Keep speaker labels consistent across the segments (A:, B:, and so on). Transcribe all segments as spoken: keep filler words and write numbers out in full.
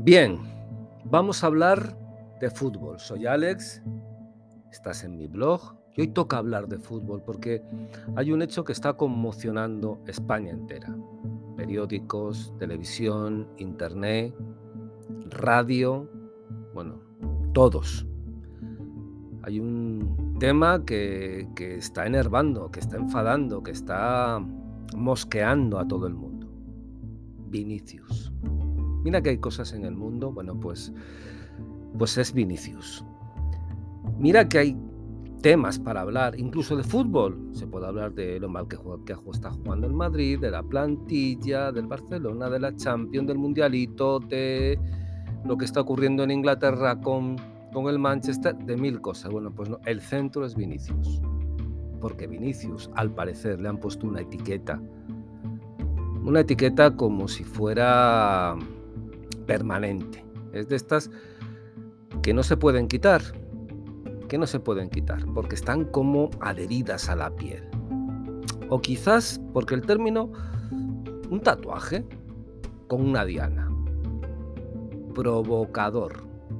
A: Bien, vamos a hablar de fútbol. Soy Alex, estás en mi blog y hoy toca hablar de fútbol porque hay un hecho que está conmocionando España entera. Periódicos, televisión, internet, radio, bueno, todos. Hay un tema que, que está enervando, que está enfadando, que está mosqueando a todo el mundo. Vinicius. Mira que hay cosas en el mundo, bueno, pues, pues es Vinicius. Mira que hay temas para hablar, incluso de fútbol. Se puede hablar de lo mal que, juega, que está jugando el Madrid, de la plantilla, del Barcelona, de la Champions, del Mundialito, de lo que está ocurriendo en Inglaterra con, con el Manchester, de mil cosas. Bueno, pues no, el centro es Vinicius. Porque Vinicius, al parecer, le han puesto una etiqueta. Una etiqueta como si fuera permanente. Es de estas que no se pueden quitar, que no se pueden quitar, porque están como adheridas a la piel. O quizás, porque el término, un tatuaje con una diana. Provocador.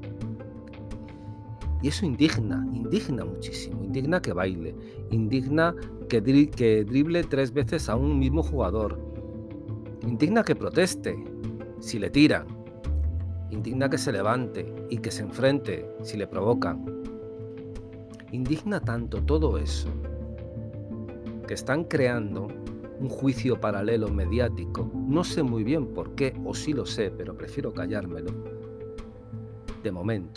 A: Y eso indigna, indigna muchísimo, indigna que baile, indigna que, dri que drible tres veces a un mismo jugador, indigna que proteste si le tiran, indigna que se levante y que se enfrente si le provocan. Indigna tanto todo eso que están creando un juicio paralelo mediático. No sé muy bien por qué, o sí lo sé, pero prefiero callármelo de momento,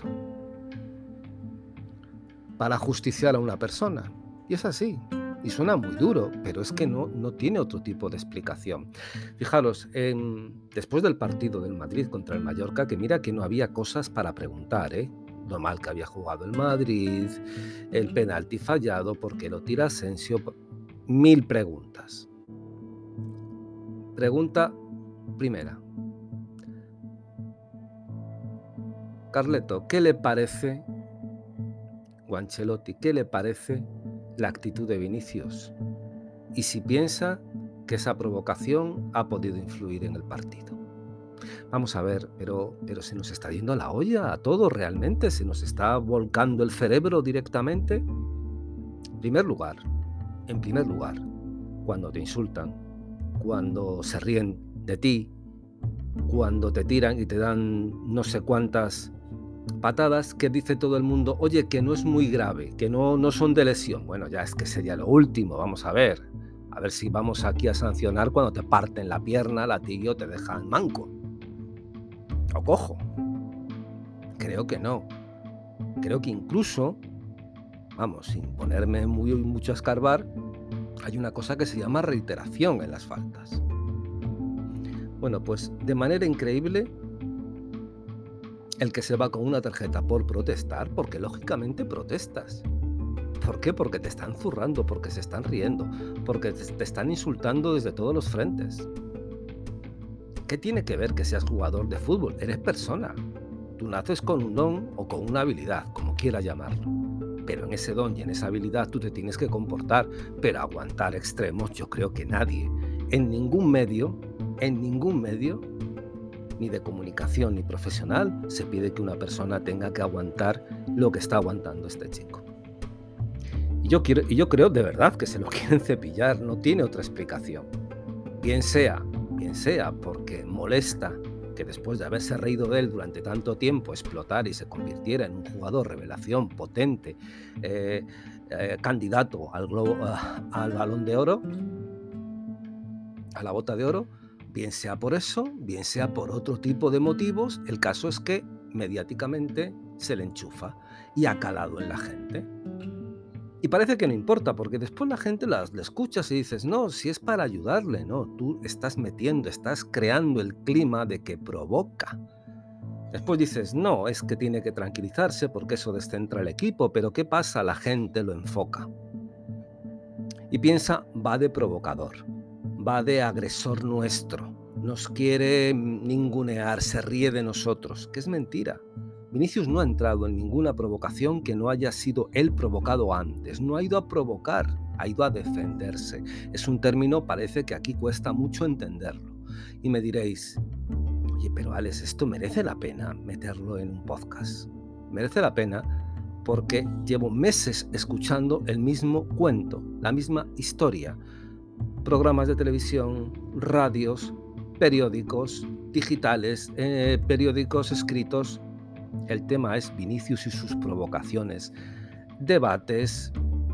A: para justiciar a una persona. Y es así. Y suena muy duro, pero es que no, no tiene otro tipo de explicación. Fijaros, en, después del partido del Madrid contra el Mallorca, que mira que no había cosas para preguntar, ¿eh? Lo mal que había jugado el Madrid, el penalti fallado, porque lo tira Asensio, mil preguntas. Pregunta primera. Carleto, ¿qué le parece, o Ancelotti, qué le parece la actitud de Vinicius? Y si piensa que esa provocación ha podido influir en el partido. Vamos a ver, pero, pero se nos está yendo la olla a todos realmente, se nos está volcando el cerebro directamente. En primer lugar, en primer lugar, cuando te insultan, cuando se ríen de ti, cuando te tiran y te dan no sé cuántas patadas, que dice todo el mundo, oye, que no es muy grave, que no, no son de lesión. Bueno, ya es que sería lo último, vamos a ver. A ver si vamos aquí a sancionar cuando te parten la pierna, la tibia o te dejan manco. O cojo. Creo que no. Creo que incluso, vamos, sin ponerme muy, mucho a escarbar, hay una cosa que se llama reiteración en las faltas. Bueno, pues de manera increíble, el que se va con una tarjeta por protestar, porque lógicamente protestas. ¿Por qué? Porque te están zurrando, porque se están riendo, porque te están insultando desde todos los frentes. ¿Qué tiene que ver que seas jugador de fútbol? Eres persona. Tú naces con un don o con una habilidad, como quieras llamarlo. Pero en ese don y en esa habilidad tú te tienes que comportar, pero aguantar extremos yo creo que nadie, en ningún medio, en ningún medio, ni de comunicación ni profesional, se pide que una persona tenga que aguantar lo que está aguantando este chico. Y yo, quiero, y yo creo de verdad que se lo quieren cepillar, no tiene otra explicación. Bien sea, bien sea porque molesta que después de haberse reído de él durante tanto tiempo explotara y se convirtiera en un jugador revelación potente, eh, eh, candidato al, globo, uh, al Balón de Oro, a la Bota de Oro, bien sea por eso, bien sea por otro tipo de motivos, el caso es que mediáticamente se le enchufa y ha calado en la gente. Y parece que no importa, porque después la gente la, la escuchas y dices, no, si es para ayudarle, no, tú estás metiendo, estás creando el clima de que provoca. Después dices, no, es que tiene que tranquilizarse porque eso descentra el equipo, pero ¿qué pasa? La gente lo enfoca. Y piensa, va de provocador, va de agresor nuestro, nos quiere ningunear, se ríe de nosotros, que es mentira. Vinicius no ha entrado en ninguna provocación que no haya sido él provocado antes, no ha ido a provocar, ha ido a defenderse. Es un término, parece que aquí cuesta mucho entenderlo. Y me diréis, Oye, pero Alex, esto merece la pena meterlo en un podcast. Merece la pena porque llevo meses escuchando el mismo cuento, la misma historia. Programas de televisión, radios, periódicos digitales, eh, periódicos escritos. El tema es Vinicius y sus provocaciones, debates.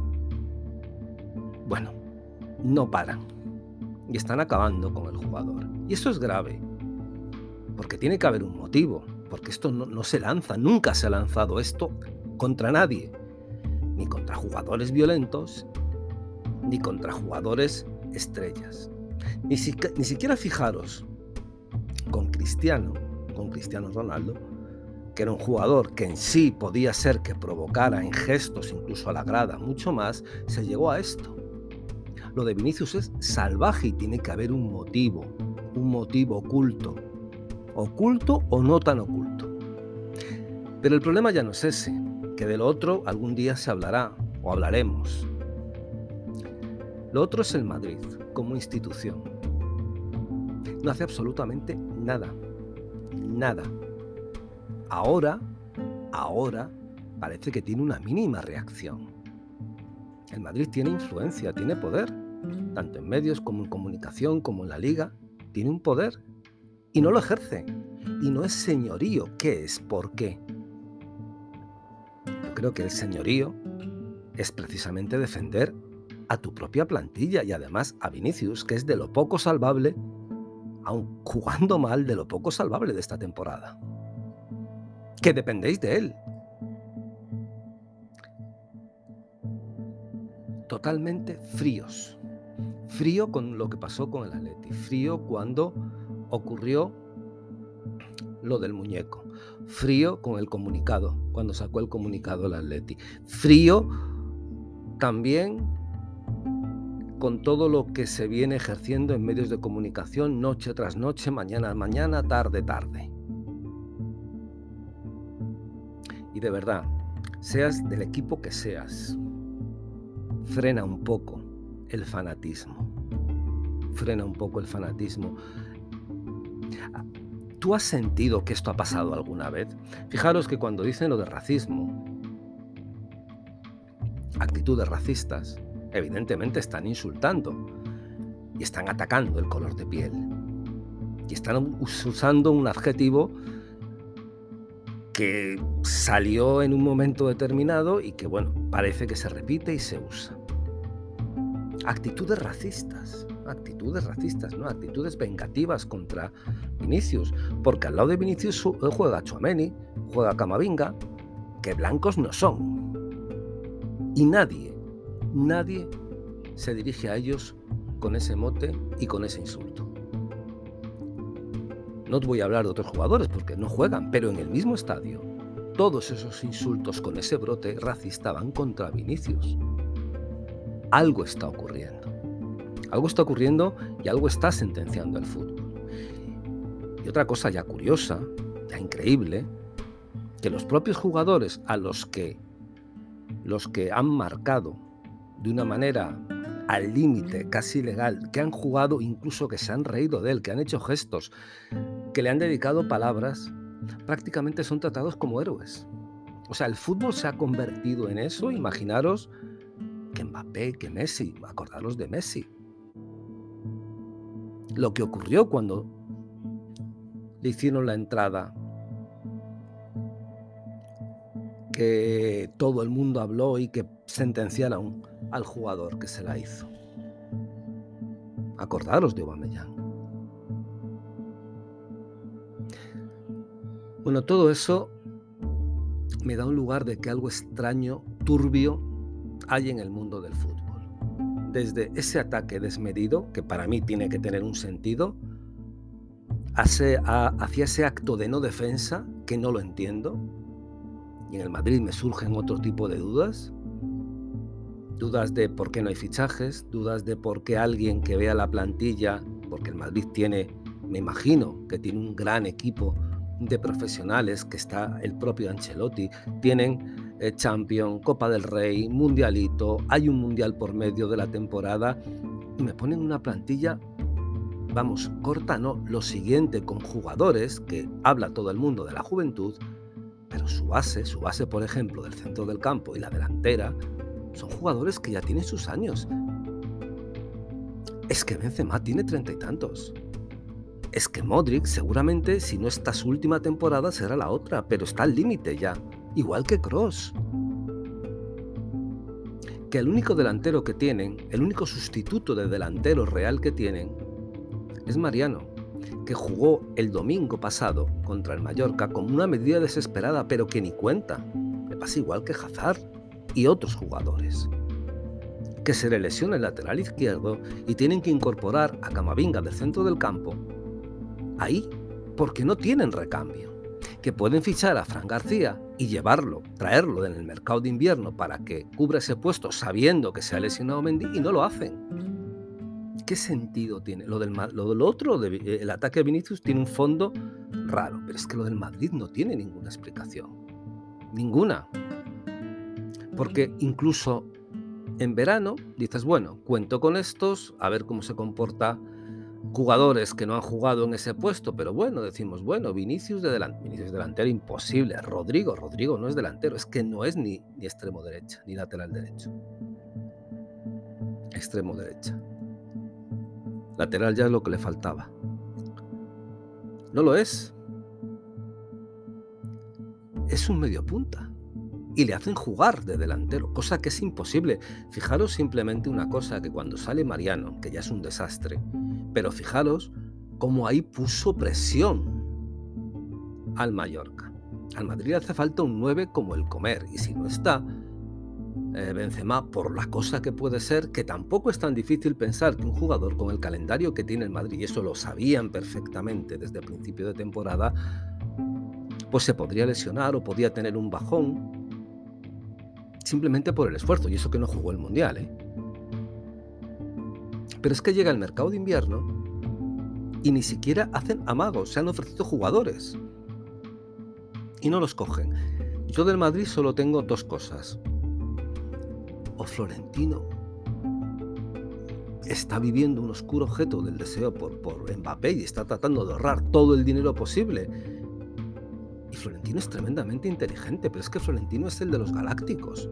A: Bueno, no paran y están acabando con el jugador. Y eso es grave, porque tiene que haber un motivo, porque esto no, no se lanza, nunca se ha lanzado esto contra nadie, ni contra jugadores violentos, ni contra jugadores estrellas. Ni, si, ni siquiera fijaros con Cristiano, con Cristiano Ronaldo, que era un jugador que en sí podía ser que provocara en gestos incluso a la grada mucho más, se llegó a esto. Lo de Vinicius es salvaje y tiene que haber un motivo, un motivo oculto, oculto o no tan oculto. Pero el problema ya no es ese, que de lo otro algún día se hablará o hablaremos. Lo otro es el Madrid como institución. No hace absolutamente nada, nada. Ahora, ahora parece que tiene una mínima reacción. El Madrid tiene influencia, tiene poder, tanto en medios como en comunicación, como en la Liga. Tiene un poder y no lo ejerce. Y no es señorío. ¿Qué es? ¿Por qué? Yo creo que el señorío es precisamente defender a tu propia plantilla y además a Vinicius, que es de lo poco salvable, aun jugando mal, de lo poco salvable de esta temporada. Que dependéis de él. Totalmente fríos. Frío con lo que pasó con el Atleti. Frío cuando ocurrió lo del muñeco. Frío con el comunicado, cuando sacó el comunicado el Atleti. Frío también con todo lo que se viene ejerciendo en medios de comunicación noche tras noche, mañana mañana, tarde tarde. Y de verdad, seas del equipo que seas, frena un poco el fanatismo. Frena un poco el fanatismo. ¿Tú has sentido que esto ha pasado alguna vez? Fijaros que cuando dicen lo de racismo, actitudes racistas, evidentemente están insultando y están atacando el color de piel. Y están usando un adjetivo que salió en un momento determinado y que, bueno, parece que se repite y se usa. Actitudes racistas, actitudes racistas, ¿no? Actitudes vengativas contra Vinicius, porque al lado de Vinicius juega Tchouaméni, juega Camavinga, que blancos no son. Y nadie, nadie se dirige a ellos con ese mote y con ese insulto. No te voy a hablar de otros jugadores porque no juegan, pero en el mismo estadio, todos esos insultos con ese brote racista van contra Vinicius. Algo está ocurriendo. Algo está ocurriendo y algo está sentenciando el fútbol. Y otra cosa ya curiosa, ya increíble, que los propios jugadores a los que, los que han marcado de una manera al límite, casi ilegal, que han jugado, incluso que se han reído de él, que han hecho gestos, que le han dedicado palabras, prácticamente son tratados como héroes. O sea, el fútbol se ha convertido en eso. Imaginaros que Mbappé, que Messi, acordaros de Messi. Lo que ocurrió cuando le hicieron la entrada, que todo el mundo habló y que sentenciaron al jugador que se la hizo. Acordaros de Aubameyang. Bueno, todo eso me da un lugar de que algo extraño, turbio, hay en el mundo del fútbol. Desde ese ataque desmedido, que para mí tiene que tener un sentido, hacia, hacia ese acto de no defensa, que no lo entiendo, y en el Madrid me surgen otro tipo de dudas, dudas de por qué no hay fichajes, dudas de por qué alguien que vea la plantilla, porque el Madrid tiene, me imagino, que tiene un gran equipo de profesionales, que está el propio Ancelotti, tienen eh, Champions, Copa del Rey, Mundialito, hay un Mundial por medio de la temporada, y me ponen una plantilla vamos, corta no, lo siguiente con jugadores que habla todo el mundo de la juventud, pero su base, su base, por ejemplo, del centro del campo y la delantera, son jugadores que ya tienen sus años. Es que Benzema tiene treinta y tantos. Es que Modric seguramente, si no esta su última temporada, será la otra, pero está al límite ya, igual que Kroos. Que el único delantero que tienen, el único sustituto de delantero real que tienen, es Mariano, que jugó el domingo pasado contra el Mallorca como una medida desesperada, pero que ni cuenta. Le pasa igual que Hazard y otros jugadores. Que se le lesiona el lateral izquierdo y tienen que incorporar a Camavinga del centro del campo ahí, porque no tienen recambio. Que pueden fichar a Fran García y llevarlo, traerlo en el mercado de invierno para que cubra ese puesto sabiendo que se ha lesionado Mendy y no lo hacen. ¿Qué sentido tiene? Lo del, lo del otro, de, el ataque de Vinicius, tiene un fondo raro, pero es que lo del Madrid no tiene ninguna explicación. Ninguna. Porque incluso en verano dices, bueno, cuento con estos, a ver cómo se comporta jugadores que no han jugado en ese puesto, pero bueno, decimos, bueno, Vinicius de delantero, Vinicius delantero imposible, Rodrigo, Rodrigo no es delantero, es que no es ni, ni extremo derecha, ni lateral derecho. Extremo derecha. Lateral ya es lo que le faltaba. No lo es. Es un mediopunta. Y le hacen jugar de delantero, cosa que es imposible. Fijaros simplemente una cosa, que cuando sale Mariano, que ya es un desastre, pero fijaros cómo ahí puso presión al Mallorca. Al Madrid le hace falta un nueve como el comer, y si no está eh, Benzema, por la cosa que puede ser, que tampoco es tan difícil pensar que un jugador con el calendario que tiene el Madrid, y eso lo sabían perfectamente desde el principio de temporada, pues se podría lesionar o podía tener un bajón, simplemente por el esfuerzo, y eso que no jugó el Mundial, ¿eh? Pero es que llega el mercado de invierno y ni siquiera hacen amagos, se han ofrecido jugadores y no los cogen. Yo del Madrid solo tengo dos cosas. O Florentino está viviendo un oscuro objeto del deseo por, por Mbappé y está tratando de ahorrar todo el dinero posible. Y Florentino es tremendamente inteligente, pero es que Florentino es el de los galácticos.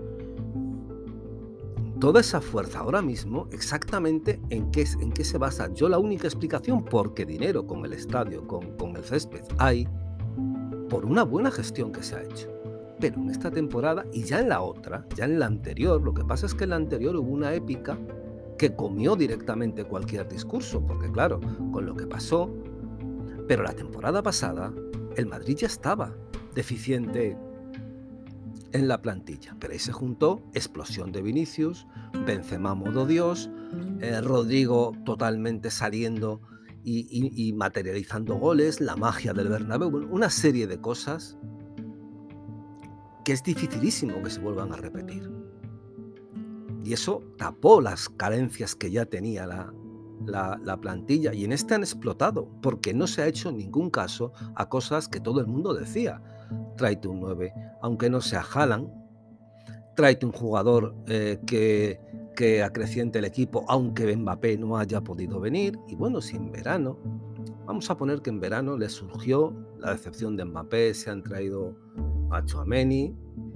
A: Toda esa fuerza ahora mismo, exactamente en qué, en qué se basa. Yo la única explicación, porque dinero con el estadio, con, con el césped, hay por una buena gestión que se ha hecho. Pero en esta temporada y ya en la otra, ya en la anterior, lo que pasa es que en la anterior hubo una épica que comió directamente cualquier discurso, porque claro, con lo que pasó, pero la temporada pasada el Madrid ya estaba deficiente en la plantilla, pero ahí se juntó explosión de Vinicius, Benzema modo Dios, eh, Rodrigo totalmente saliendo y, y, y materializando goles, la magia del Bernabéu, una serie de cosas que es dificilísimo que se vuelvan a repetir. Y eso tapó las carencias que ya tenía la, la, la plantilla, y en este han explotado, porque no se ha hecho ningún caso a cosas que todo el mundo decía. Tráete un nueve, aunque no sea Haaland, tráete un jugador eh, que, que acreciente el equipo, aunque Mbappé no haya podido venir. Y bueno, si en verano, vamos a poner que en verano les surgió la decepción de Mbappé, se han traído a Tchouaméni,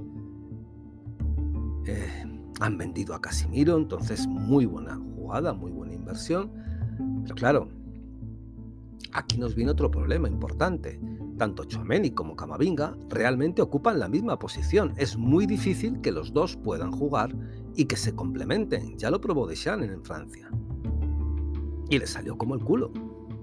A: eh, han vendido a Casemiro, entonces muy buena jugada, muy buena inversión. Pero claro, aquí nos viene otro problema importante. Tanto Tchouaméni como Camavinga realmente ocupan la misma posición. Es muy difícil que los dos puedan jugar y que se complementen. Ya lo probó Deschamps en Francia y le salió como el culo.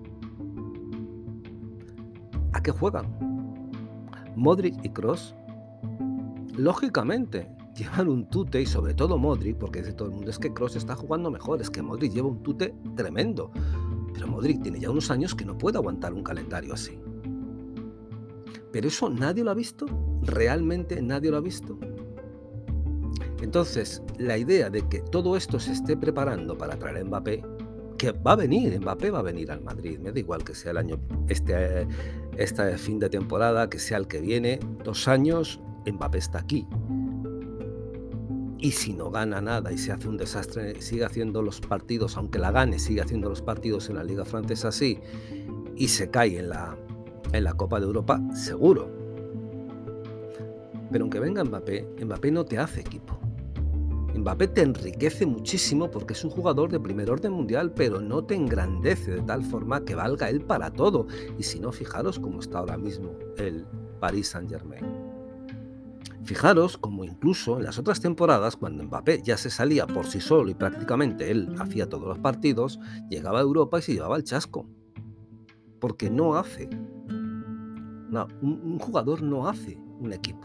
A: ¿A qué juegan? Modric y Kroos, lógicamente, llevan un tute, y sobre todo Modric, porque dice todo el mundo, es que Kroos está jugando mejor, es que Modric lleva un tute tremendo. Pero Modric tiene ya unos años que no puede aguantar un calendario así. Pero eso nadie lo ha visto, realmente nadie lo ha visto. Entonces, la idea de que todo esto se esté preparando para traer a Mbappé, que va a venir, Mbappé va a venir al Madrid, me da igual que sea el año, este, este fin de temporada, que sea el que viene, dos años, Mbappé está aquí. y si no gana nada y se hace un desastre, sigue haciendo los partidos, aunque la gane, sigue haciendo los partidos en la Liga Francesa así, y se cae en la, en la Copa de Europa, seguro. Pero aunque venga Mbappé, Mbappé no te hace equipo. Mbappé te enriquece muchísimo porque es un jugador de primer orden mundial, pero no te engrandece de tal forma que valga él para todo. Y si no, fijaros cómo está ahora mismo el Paris Saint-Germain. Fijaros como incluso en las otras temporadas, cuando Mbappé ya se salía por sí solo y prácticamente él hacía todos los partidos, llegaba a Europa y se llevaba el chasco. Porque no hace. No, un, un jugador no hace un equipo.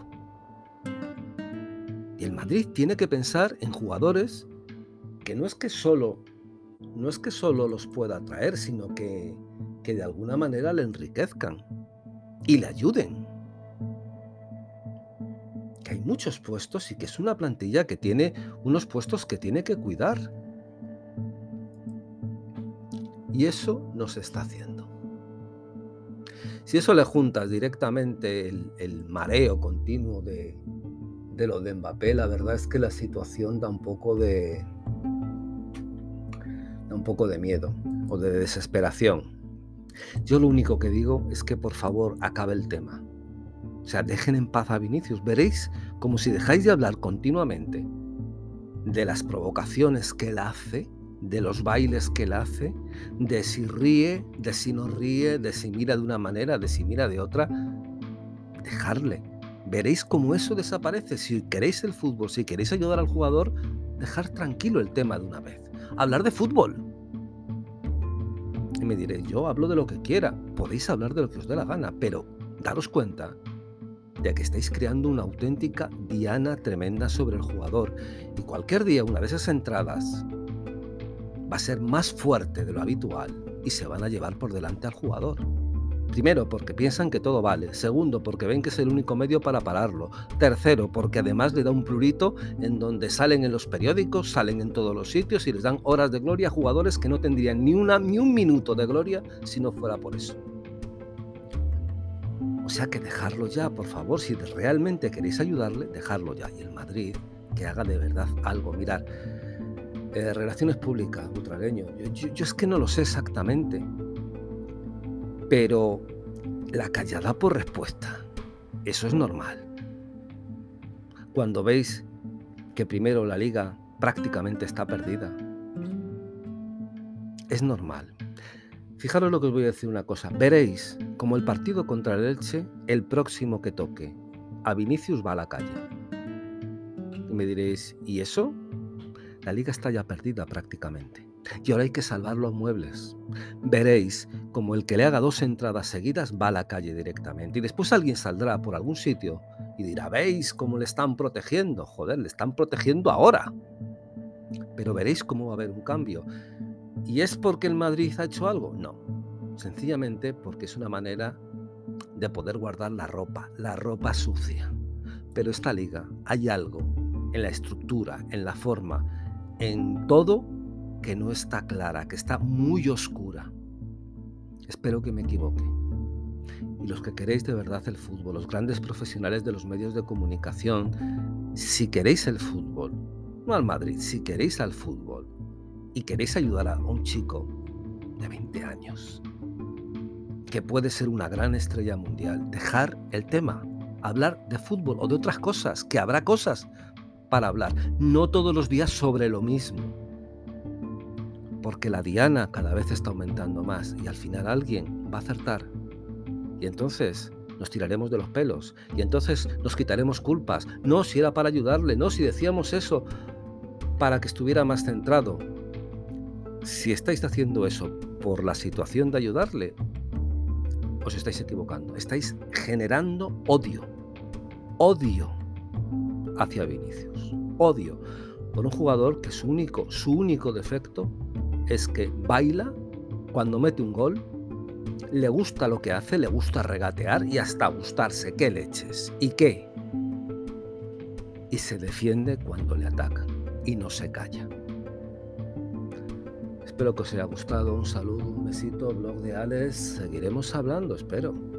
A: Y el Madrid tiene que pensar en jugadores que no es que solo, no es que solo los pueda atraer, sino que, que de alguna manera le enriquezcan y le ayuden. Que hay muchos puestos y que es una plantilla que tiene unos puestos que tiene que cuidar. Y eso no se está haciendo. Si eso le juntas directamente el, el mareo continuo de, de lo de Mbappé, la verdad es que la situación da un poco de, da un poco de miedo o de desesperación. Yo lo único que digo es que por favor acabe el tema. O sea, dejen en paz a Vinicius. Veréis como si dejáis de hablar continuamente de las provocaciones que él hace, de los bailes que él hace, de si ríe, de si no ríe, de si mira de una manera, de si mira de otra. Dejarle. Veréis cómo eso desaparece. Si queréis el fútbol, si queréis ayudar al jugador, dejar tranquilo el tema de una vez. Hablar de fútbol. Y me diréis, yo hablo de lo que quiera. Podéis hablar de lo que os dé la gana, pero daros cuenta de que estáis creando una auténtica diana tremenda sobre el jugador. Y cualquier día, una de esas entradas va a ser más fuerte de lo habitual y se van a llevar por delante al jugador. Primero, porque piensan que todo vale. Segundo, porque ven que es el único medio para pararlo. Tercero, porque además le da un prurito en donde salen en los periódicos, salen en todos los sitios y les dan horas de gloria a jugadores que no tendrían ni, una, ni un minuto de gloria si no fuera por eso. O sea que dejarlo ya, por favor. Si realmente queréis ayudarle, dejarlo ya. Y el Madrid, que haga de verdad algo. Mirad, eh, relaciones públicas, Butragueño, yo, yo, yo es que no lo sé exactamente. Pero la callada por respuesta, eso es normal. Cuando veis que primero la liga prácticamente está perdida, es normal. Fijaros lo que os voy a decir una cosa. Veréis como el partido contra el Elche, el próximo que toque a Vinicius va a la calle. Y me diréis, ¿y eso? La liga está ya perdida prácticamente. Y ahora hay que salvar los muebles. Veréis como el que le haga dos entradas seguidas va a la calle directamente. Y después alguien saldrá por algún sitio y dirá, ¿veis cómo le están protegiendo? Joder, le están protegiendo ahora. Pero veréis cómo va a haber un cambio. ¿Y es porque el Madrid ha hecho algo? No. Sencillamente porque es una manera de poder guardar la ropa, la ropa sucia. Pero esta liga, hay algo en la estructura, en la forma, en todo que no está clara, que está muy oscura. Espero que me equivoque. Y los que queréis de verdad el fútbol, los grandes profesionales de los medios de comunicación, si queréis el fútbol, no al Madrid, si queréis al fútbol y queréis ayudar a un chico de veinte años que puede ser una gran estrella mundial, dejar el tema, hablar de fútbol o de otras cosas, que habrá cosas para hablar, no todos los días sobre lo mismo. Porque la diana cada vez está aumentando más y al final alguien va a acertar. Y entonces nos tiraremos de los pelos. Y entonces nos quitaremos culpas. No, si era para ayudarle. No, si decíamos eso para que estuviera más centrado. Si estáis haciendo eso por la situación de ayudarle, os estáis equivocando. Estáis generando odio. Odio hacia Vinicius. Odio por un jugador que su único, su único defecto es que baila cuando mete un gol, le gusta lo que hace, le gusta regatear y hasta gustarse. ¿Qué leches? ¿Y qué? Y se defiende cuando le atacan y no se calla. Espero que os haya gustado. Un saludo, un besito, blog de Alex. Seguiremos hablando, espero.